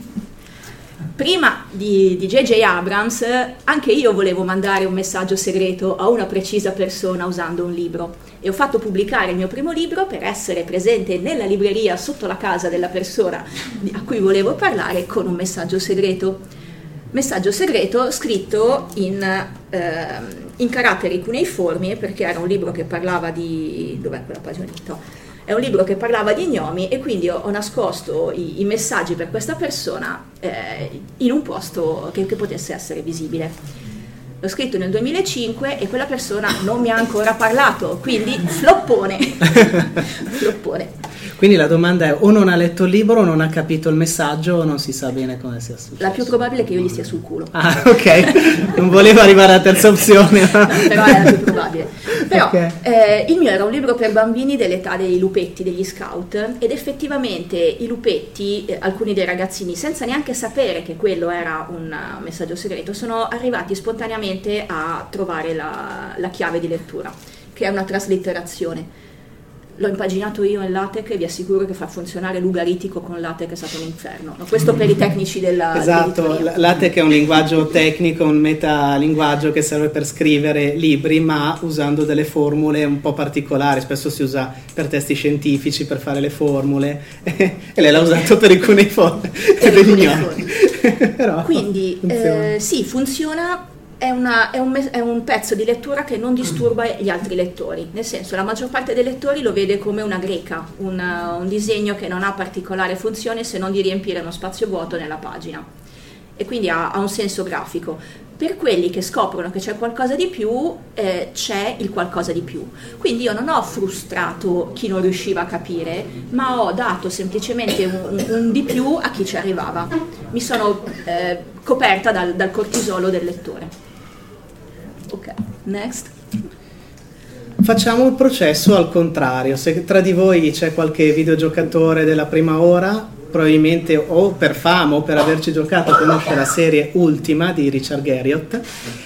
Prima di, di J J Abrams, anche io volevo mandare un messaggio segreto a una precisa persona usando un libro, e ho fatto pubblicare il mio primo libro per essere presente nella libreria sotto la casa della persona a cui volevo parlare con un messaggio segreto. Messaggio segreto scritto in, eh, in caratteri cuneiformi, perché era un libro che parlava di... dov'è quella paginetta? È un libro che parlava di gnomi, e quindi ho, ho nascosto i, i messaggi per questa persona eh, in un posto che, che potesse essere visibile. L'ho scritto nel duemilacinque e quella persona non mi ha ancora parlato, quindi floppone. floppone. Quindi la domanda è: o non ha letto il libro, o non ha capito il messaggio, o non si sa bene come sia successo. La più probabile è che io gli stia sul culo. Ah, ok. Non volevo arrivare alla terza opzione. No, però è la più probabile. Però Okay. eh, il mio era un libro per bambini dell'età dei lupetti, degli scout, ed effettivamente i lupetti, eh, alcuni dei ragazzini, senza neanche sapere che quello era un uh, messaggio segreto, sono arrivati spontaneamente a trovare la, la chiave di lettura, che è una traslitterazione. L'ho impaginato io in LaTeX e vi assicuro che far funzionare l'ugaritico con LaTeX è stato un inferno. No, questo per i tecnici della Esatto, dell'editoria. LaTeX è un linguaggio tecnico, un metalinguaggio che serve per scrivere libri, ma usando delle formule un po' particolari. Spesso si usa per testi scientifici, per fare le formule, e lei l'ha usato per i cuneiformi e per gli gnomi. Però Quindi funziona. eh, sì, funziona. È, una, è, un, me- è un pezzo di lettura che non disturba gli altri lettori, nel senso, la maggior parte dei lettori lo vede come una greca, una, un disegno che non ha particolare funzione se non di riempire uno spazio vuoto nella pagina, e quindi ha, ha un senso grafico. Per quelli che scoprono che c'è qualcosa di più, eh, c'è il qualcosa di più. Quindi io non ho frustrato chi non riusciva a capire, ma ho dato semplicemente un, un, un di più a chi ci arrivava. Mi sono eh, coperta dal, dal cortisolo del lettore. Ok, next. Facciamo il processo al contrario. Se tra di voi c'è qualche videogiocatore della prima ora, probabilmente o per fama o per averci giocato conosce la serie Ultima di Richard Garriott.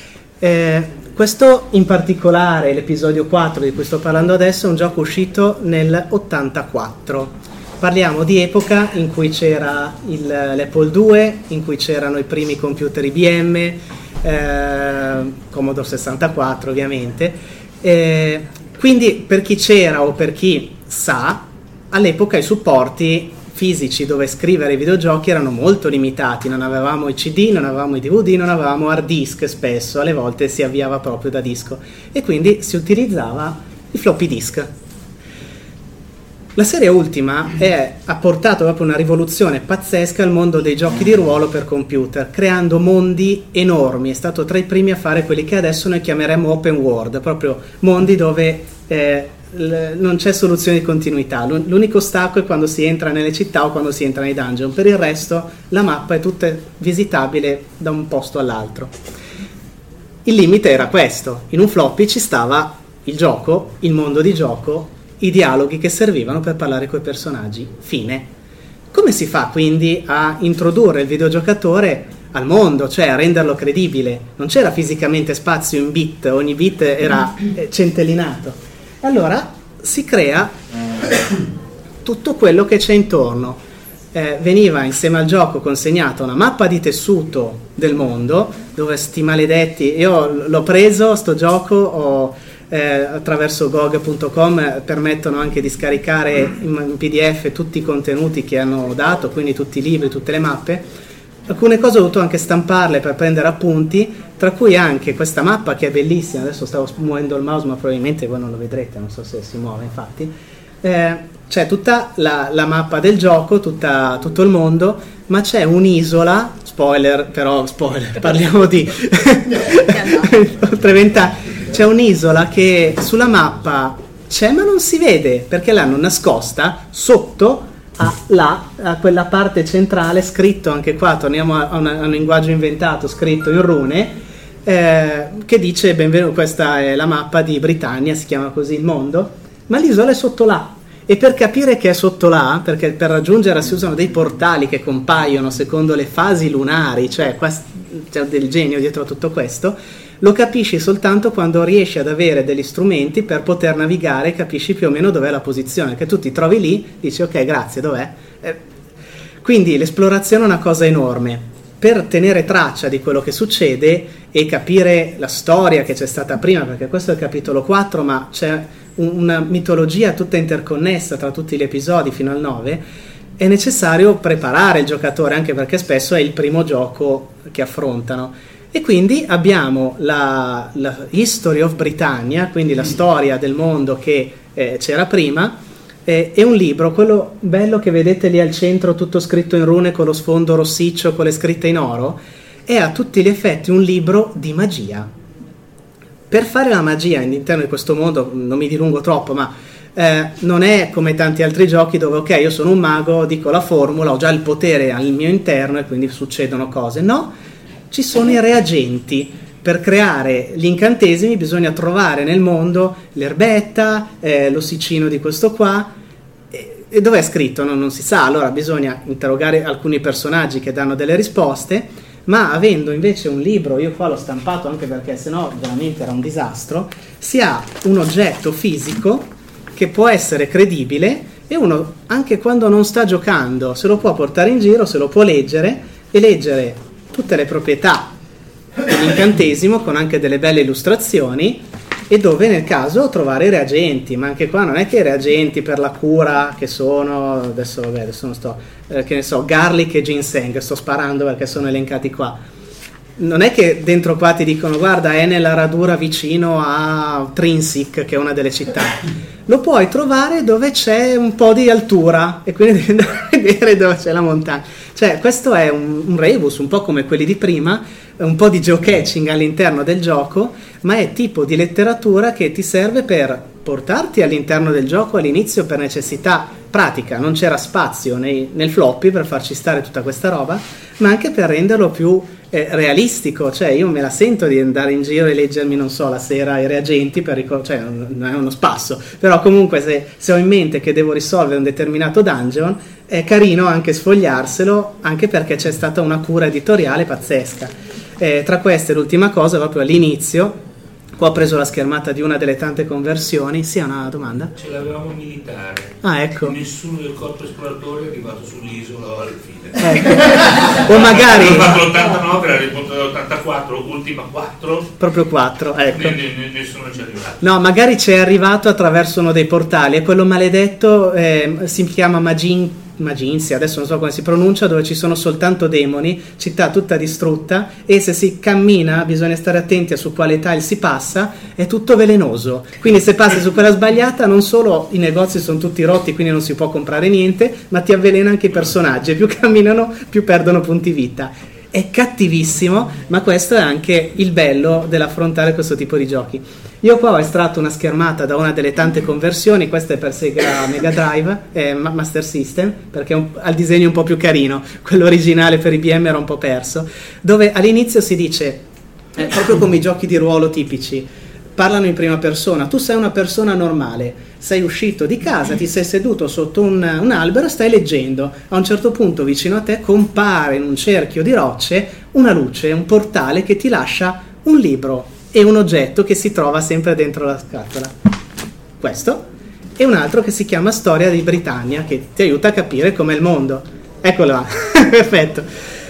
Eh, questo in particolare, l'episodio quattro di cui sto parlando adesso, è un gioco uscito nel ottantaquattro. Parliamo di epoca in cui c'era il, l'Apple due, in cui c'erano i primi computer I B M, eh, Commodore sessantaquattro ovviamente. Eh, quindi per chi c'era o per chi sa, all'epoca i supporti fisici dove scrivere i videogiochi erano molto limitati. Non avevamo i C D, non avevamo i D V D, non avevamo hard disk, spesso alle volte si avviava proprio da disco, e quindi si utilizzava i floppy disk. La serie Ultima è, ha portato proprio una rivoluzione pazzesca al mondo dei giochi di ruolo per computer, creando mondi enormi. È stato tra i primi a fare quelli che adesso noi chiameremmo open world, proprio mondi dove eh, l- non c'è soluzione di continuità. L- l'unico stacco è quando si entra nelle città o quando si entra nei dungeon. Per il resto la mappa è tutta visitabile da un posto all'altro. Il limite era questo: in un floppy ci stava il gioco, il mondo di gioco, i dialoghi che servivano per parlare coi personaggi. Fine. Come si fa quindi a introdurre il videogiocatore al mondo, cioè a renderlo credibile? Non c'era fisicamente spazio in bit, ogni bit era centellinato. Allora si crea tutto quello che c'è intorno. Eh, veniva insieme al gioco consegnata una mappa di tessuto del mondo, dove sti maledetti, io l'ho preso sto gioco, ho Eh, attraverso G O G punto com eh, permettono anche di scaricare in, in P D F tutti i contenuti che hanno dato, quindi tutti i libri, tutte le mappe. Alcune cose ho dovuto anche stamparle per prendere appunti, tra cui anche questa mappa che è bellissima. Adesso stavo muovendo il mouse ma probabilmente voi non lo vedrete, non so se si muove infatti. Eh, c'è tutta la, la mappa del gioco, tutta, tutto il mondo, ma c'è un'isola, spoiler, però spoiler, parliamo di oltre vent'anni. C'è un'isola che sulla mappa c'è ma non si vede, perché l'hanno nascosta sotto a, là, a quella parte centrale, scritto anche qua, torniamo a, a, una, a un linguaggio inventato, scritto in rune, eh, che dice benvenuto, questa è la mappa di Britannia, si chiama così il mondo, ma l'isola è sotto là. E per capire che è sotto là, perché per raggiungere si usano dei portali che compaiono secondo le fasi lunari, cioè c'è del genio dietro a tutto questo, lo capisci soltanto quando riesci ad avere degli strumenti per poter navigare e capisci più o meno dov'è la posizione, che tu ti trovi lì, dici ok grazie, dov'è? Eh, quindi l'esplorazione è una cosa enorme. Per tenere traccia di quello che succede e capire la storia che c'è stata prima, perché questo è il capitolo quattro, ma c'è una mitologia tutta interconnessa tra tutti gli episodi fino al nove, è necessario preparare il giocatore, anche perché spesso è il primo gioco che affrontano. E quindi abbiamo la, la History of Britannia, quindi la storia del mondo che eh, c'era prima, eh, è un libro, quello bello che vedete lì al centro, tutto scritto in rune con lo sfondo rossiccio, con le scritte in oro, è a tutti gli effetti un libro di magia. Per fare la magia all'interno di questo mondo, non mi dilungo troppo, ma eh, non è come tanti altri giochi dove ok, io sono un mago, dico la formula, ho già il potere al mio interno e quindi succedono cose. No, ci sono i reagenti. Per creare gli incantesimi bisogna trovare nel mondo l'erbetta, eh, l'ossicino di questo qua, e, e dove è scritto? No, non si sa, allora bisogna interrogare alcuni personaggi che danno delle risposte. Ma avendo invece un libro, io qua l'ho stampato anche perché sennò veramente era un disastro, si ha un oggetto fisico che può essere credibile e uno anche quando non sta giocando se lo può portare in giro, se lo può leggere e leggere tutte le proprietà dell'incantesimo con anche delle belle illustrazioni, e dove nel caso trovare i reagenti. Ma anche qua non è che i reagenti per la cura che sono, adesso vabbè adesso non sto, eh, che ne so, garlic e ginseng, sto sparando perché sono elencati qua, non è che dentro qua ti dicono guarda è nella radura vicino a Trinsic, che è una delle città, lo puoi trovare dove c'è un po' di altura e quindi devi andare a vedere dove c'è la montagna. Cioè questo è un, un rebus un po' come quelli di prima, un po' di geocaching all'interno del gioco, ma è tipo di letteratura che ti serve per portarti all'interno del gioco all'inizio per necessità pratica. Non c'era spazio nei, nel floppy per farci stare tutta questa roba, ma anche per renderlo più eh, realistico. Cioè io me la sento di andare in giro e leggermi, non so, la sera i reagenti per ricor- cioè non è uno spasso, però comunque se, se ho in mente che devo risolvere un determinato dungeon è carino anche sfogliarselo, anche perché c'è stata una cura editoriale pazzesca. Eh, tra queste l'ultima cosa, proprio all'inizio, qua ho preso la schermata di una delle tante conversioni. Sì, una domanda? Ce l'avevamo militare. Ah, ecco. Nessuno del corpo esploratore è arrivato sull'isola alla fine. Ecco. O magari hanno fatto l'ottantanove, era riportato l'ottantaquattro, ultima quattro. Proprio quattro, ecco. N- n- nessuno ci è arrivato. No, magari c'è arrivato attraverso uno dei portali, e quello maledetto eh, si chiama Magin Maginsia, adesso non so come si pronuncia, dove ci sono soltanto demoni, città tutta distrutta, e se si cammina bisogna stare attenti a su quale tile si passa, è tutto velenoso, quindi se passi su quella sbagliata non solo i negozi sono tutti rotti quindi non si può comprare niente, ma ti avvelena anche i personaggi, e più camminano più perdono punti vita. È cattivissimo, ma questo è anche il bello dell'affrontare questo tipo di giochi. Io qua ho estratto una schermata da una delle tante conversioni, questa è per Sega Mega Drive, eh, Master System, perché un, ha il disegno un po' più carino, quello originale per I B M era un po' perso, dove all'inizio si dice, eh, proprio come i giochi di ruolo tipici, parlano in prima persona, tu sei una persona normale, sei uscito di casa, ti sei seduto sotto un, un albero e stai leggendo, a un certo punto vicino a te compare in un cerchio di rocce una luce, un portale che ti lascia un libro e un oggetto che si trova sempre dentro la scatola, questo, e un altro che si chiama Storia di Britannia, che ti aiuta a capire com'è il mondo. Eccolo là. Perfetto.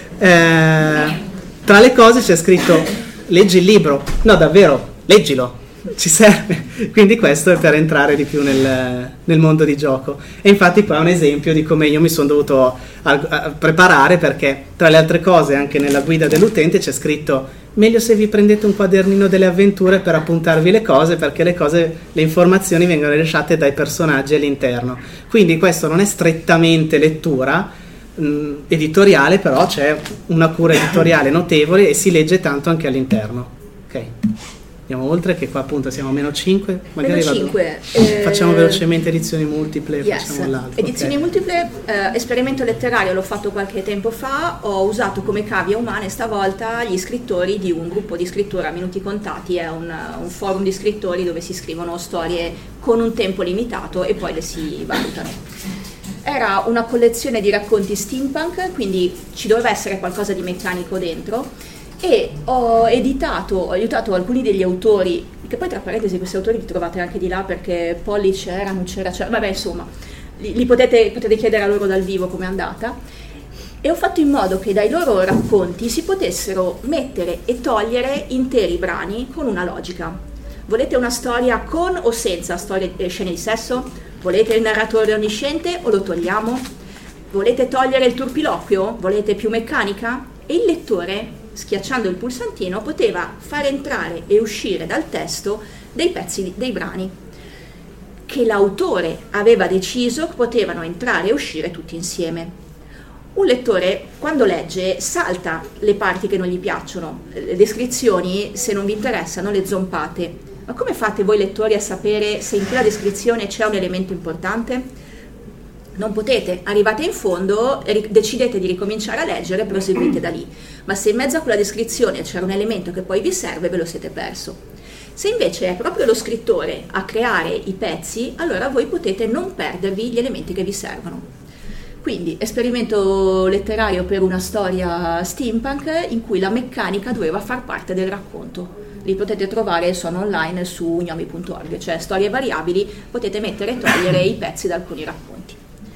Eh, tra le cose c'è scritto leggi il libro, no davvero, leggilo, ci serve. Quindi questo è per entrare di più nel, nel mondo di gioco, e infatti qua è un esempio di come io mi sono dovuto a, a preparare, perché tra le altre cose anche nella guida dell'utente c'è scritto meglio se vi prendete un quadernino delle avventure per appuntarvi le cose, perché le cose, le informazioni vengono lasciate dai personaggi all'interno. Quindi questo non è strettamente lettura mh, editoriale, però c'è una cura editoriale notevole e si legge tanto anche all'interno. Ok. Andiamo oltre, che qua appunto siamo a meno cinque, magari meno cinque. Eh, facciamo velocemente edizioni multiple, yes. facciamo l'altro. Edizioni okay. multiple, eh, esperimento letterario l'ho fatto qualche tempo fa, ho usato come cavia umane stavolta gli scrittori di un gruppo di scrittura, Minuti Contati, è un, un forum di scrittori dove si scrivono storie con un tempo limitato e poi le si valutano. Era una collezione di racconti steampunk, quindi ci doveva essere qualcosa di meccanico dentro, e ho editato, ho aiutato alcuni degli autori, che poi tra parentesi questi autori li trovate anche di là perché Polly c'era, non c'era, c'era, vabbè insomma, li, li potete, potete chiedere a loro dal vivo com'è andata, e ho fatto in modo che dai loro racconti si potessero mettere e togliere interi brani con una logica. Volete una storia con o senza storie, eh, scene di sesso? Volete il narratore onnisciente o lo togliamo? Volete togliere il turpiloquio? Volete più meccanica? E il lettore, schiacciando il pulsantino, poteva far entrare e uscire dal testo dei pezzi, dei brani che l'autore aveva deciso che potevano entrare e uscire tutti insieme. Un lettore, quando legge, salta le parti che non gli piacciono, le descrizioni, se non vi interessano, le zompate. Ma come fate voi lettori a sapere se in quella descrizione c'è un elemento importante? Non potete, arrivate in fondo, decidete di ricominciare a leggere e proseguite da lì, ma se in mezzo a quella descrizione c'era un elemento che poi vi serve, ve lo siete perso. Se invece è proprio lo scrittore a creare i pezzi, allora voi potete non perdervi gli elementi che vi servono. Quindi, esperimento letterario per una storia steampunk in cui la meccanica doveva far parte del racconto. Li potete trovare, sono online su gnomi punto org, cioè storie variabili, potete mettere e togliere i pezzi da alcuni racconti.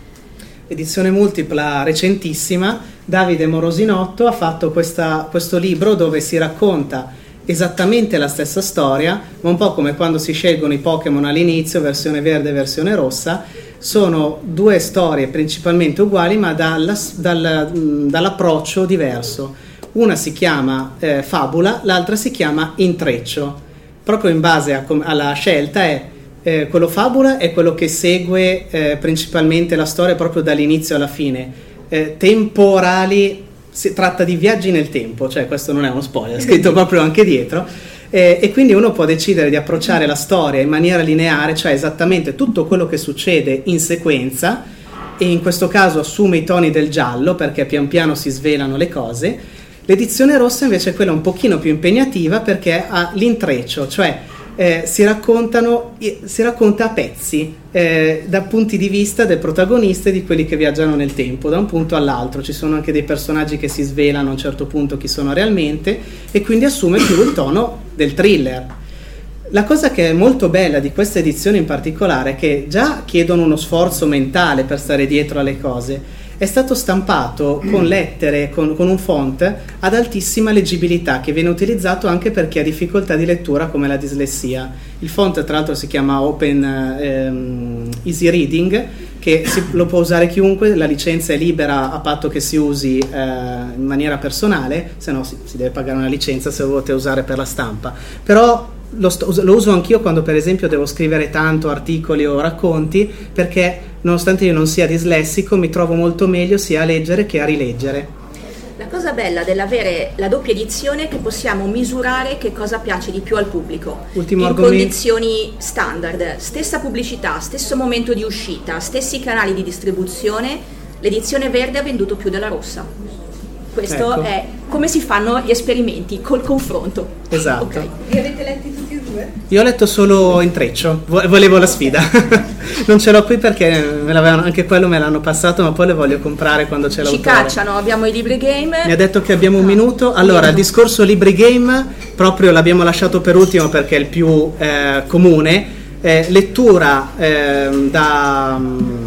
Edizione multipla recentissima, Davide Morosinotto ha fatto questa, questo libro dove si racconta esattamente la stessa storia, ma un po' come quando si scelgono i Pokémon all'inizio, versione verde e versione rossa. Sono due storie principalmente uguali ma dalla, dal, dall'approccio diverso. Una si chiama eh, Fabula, l'altra si chiama Intreccio, proprio in base a com- alla scelta è Eh, quello Fabula è quello che segue eh, principalmente la storia proprio dall'inizio alla fine. Eh, temporali, si tratta di viaggi nel tempo, cioè questo non è uno spoiler, è scritto proprio anche dietro, eh, e quindi uno può decidere di approcciare la storia in maniera lineare, cioè esattamente tutto quello che succede in sequenza, e in questo caso assume i toni del giallo perché pian piano si svelano le cose. L'edizione rossa invece è quella un pochino più impegnativa perché ha l'intreccio, cioè Eh, si raccontano si racconta a pezzi eh, da punti di vista del protagonista e di quelli che viaggiano nel tempo da un punto all'altro. Ci sono anche dei personaggi che si svelano a un certo punto chi sono realmente e quindi assume più il tono del thriller. La cosa che è molto bella di questa edizione in particolare è che già chiedono uno sforzo mentale per stare dietro alle cose. È stato stampato con lettere, con, con un font ad altissima leggibilità che viene utilizzato anche per chi ha difficoltà di lettura come la dislessia. Il font tra l'altro si chiama Open ehm, Easy Reading, che si, lo può usare chiunque, la licenza è libera a patto che si usi eh, in maniera personale, se no si, si deve pagare una licenza se lo volete usare per la stampa. Però Lo, sto, lo uso anch'io quando per esempio devo scrivere tanto articoli o racconti, perché nonostante io non sia dislessico mi trovo molto meglio sia a leggere che a rileggere. La cosa bella dell'avere la doppia edizione è che possiamo misurare che cosa piace di più al pubblico. Ultimo in argomento. Condizioni standard, stessa pubblicità, stesso momento di uscita, stessi canali di distribuzione, l'edizione verde ha venduto più della rossa. Questo ecco. È come si fanno gli esperimenti, col confronto. Esatto. Okay. Li avete letti tutti e due? Io ho letto solo Intreccio, volevo la sfida. Non ce l'ho qui perché me l'avevano, anche quello me l'hanno passato, ma poi le voglio comprare quando c'è l'autore. Ci cacciano, abbiamo i libri game. Mi ha detto che abbiamo un minuto. Allora, il discorso libri game proprio l'abbiamo lasciato per ultimo perché è il più eh, comune. Eh, lettura eh, da,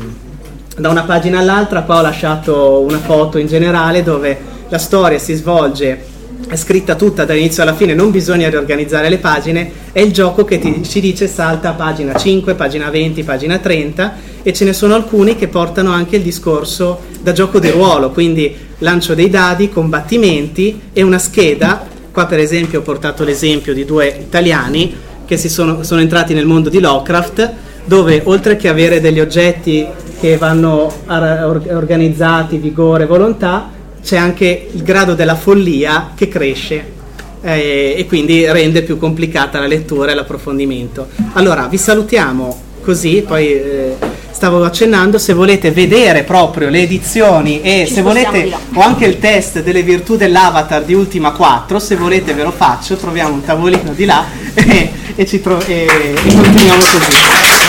da una pagina all'altra. Qua ho lasciato una foto in generale dove la storia si svolge, è scritta tutta dall'inizio alla fine, non bisogna riorganizzare le pagine, è il gioco che ti, ci dice salta a pagina cinque, pagina venti, pagina trenta, e ce ne sono alcuni che portano anche il discorso da gioco di ruolo, quindi lancio dei dadi, combattimenti e una scheda. Qua per esempio ho portato l'esempio di due italiani che si sono, sono entrati nel mondo di Lovecraft, dove oltre che avere degli oggetti che vanno organizzati, vigore, volontà, c'è anche il grado della follia che cresce. eh, e quindi rende più complicata la lettura e l'approfondimento. Allora vi salutiamo così, poi eh, stavo accennando, se volete vedere proprio le edizioni e Ci se volete o anche il test delle virtù dell'avatar di Ultima quattro, se volete ve lo faccio, troviamo un tavolino di là e, e, ci tro- e, e continuiamo così.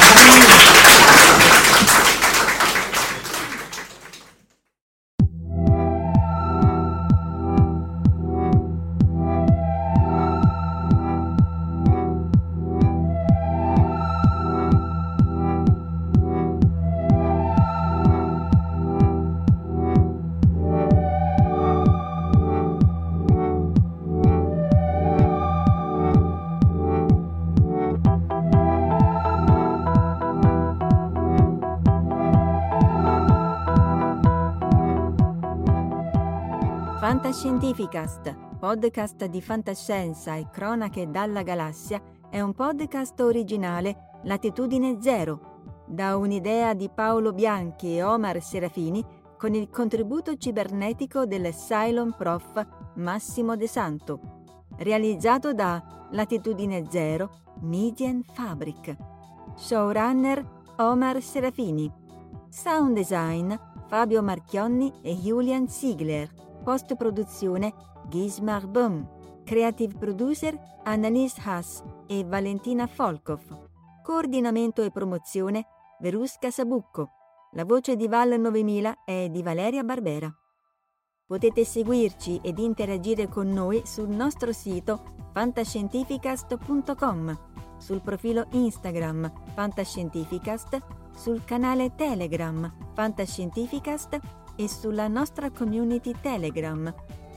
Fantascientificast, podcast di fantascienza e cronache dalla galassia, è un podcast originale Latitudine Zero, da un'idea di Paolo Bianchi e Omar Serafini, con il contributo cibernetico del Cylon Prof Massimo De Santo, realizzato da Latitudine Zero Median Fabric. Showrunner Omar Serafini. Sound design Fabio Marchionni e Julian Ziegler. Post-produzione Gismar Böhm. Creative producer Annalise Haas e Valentina Folkov. Coordinamento e promozione Verusca Sabucco. La voce di Val novemila è di Valeria Barbera. Potete seguirci ed interagire con noi sul nostro sito fantascientificast punto com, sul profilo Instagram Fantascientificast, sul canale Telegram Fantascientificast e sulla nostra community Telegram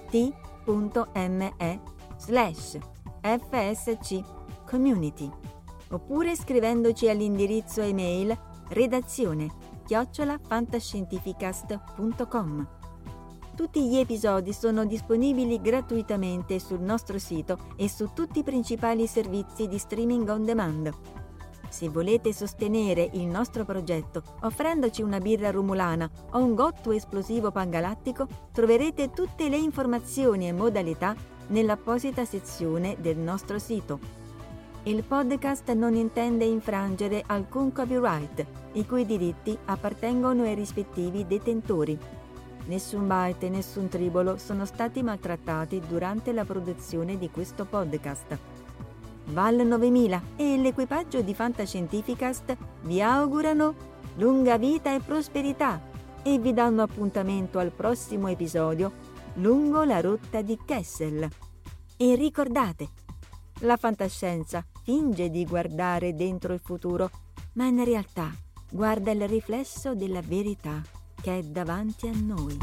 t.me slash fsc community, oppure scrivendoci all'indirizzo email redazione chiocciola fantascientificast punto com. Tutti gli episodi sono disponibili gratuitamente sul nostro sito e su tutti i principali servizi di streaming on demand. Se volete sostenere il nostro progetto offrendoci una birra rumulana o un gotto esplosivo pangalattico, troverete tutte le informazioni e modalità nell'apposita sezione del nostro sito. Il podcast non intende infrangere alcun copyright, i cui diritti appartengono ai rispettivi detentori. Nessun byte e nessun tribolo sono stati maltrattati durante la produzione di questo podcast. Val novemila e l'equipaggio di Fantascientificast vi augurano lunga vita e prosperità e vi danno appuntamento al prossimo episodio lungo la rotta di Kessel. E ricordate, la fantascienza finge di guardare dentro il futuro, ma in realtà guarda il riflesso della verità che è davanti a noi.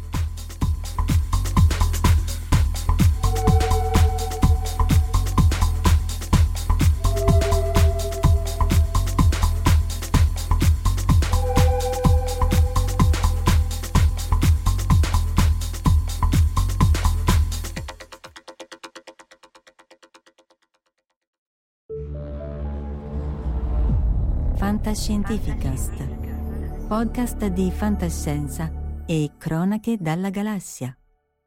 Fantascientificast, podcast di fantascienza e cronache dalla galassia.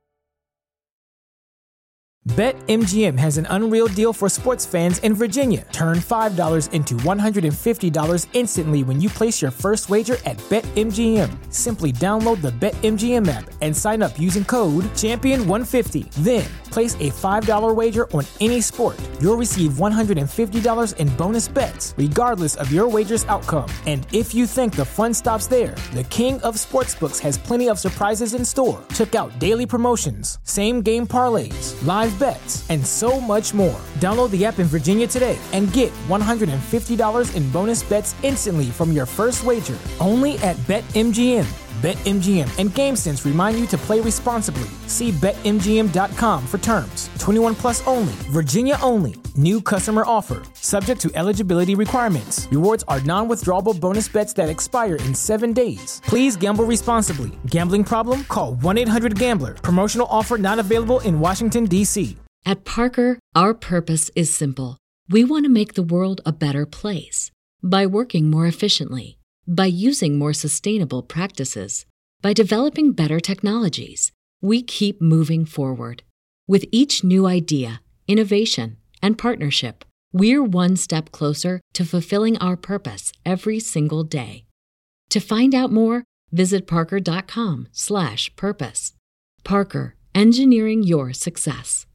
BetMGM has an unreal deal for sports fans in Virginia. Turn five dollars into one hundred fifty dollars instantly when you place your first wager at BetMGM. Simply download the BetMGM app and sign up using code champion one fifty. Then, place a five dollars wager on any sport. You'll receive one hundred fifty dollars in bonus bets, regardless of your wager's outcome. And if you think the fun stops there, the king of sportsbooks has plenty of surprises in store. Check out daily promotions, same-game parlays, live bets, and so much more. Download the app in Virginia today and get one hundred fifty dollars in bonus bets instantly from your first wager. Only at BetMGM. BetMGM and GameSense remind you to play responsibly. See Bet M G M dot com for terms. twenty-one plus only. Virginia only. New customer offer. Subject to eligibility requirements. Rewards are non-withdrawable bonus bets that expire in seven days. Please gamble responsibly. Gambling problem? Call one eight hundred gambler. Promotional offer not available in Washington, D C At Parker, our purpose is simple. We want to make the world a better place. By working more efficiently. By using more sustainable practices. By developing better technologies. We keep moving forward. With each new idea, innovation, and partnership, we're one step closer to fulfilling our purpose every single day. To find out more, visit parker dot com slash purpose. Parker, engineering your success.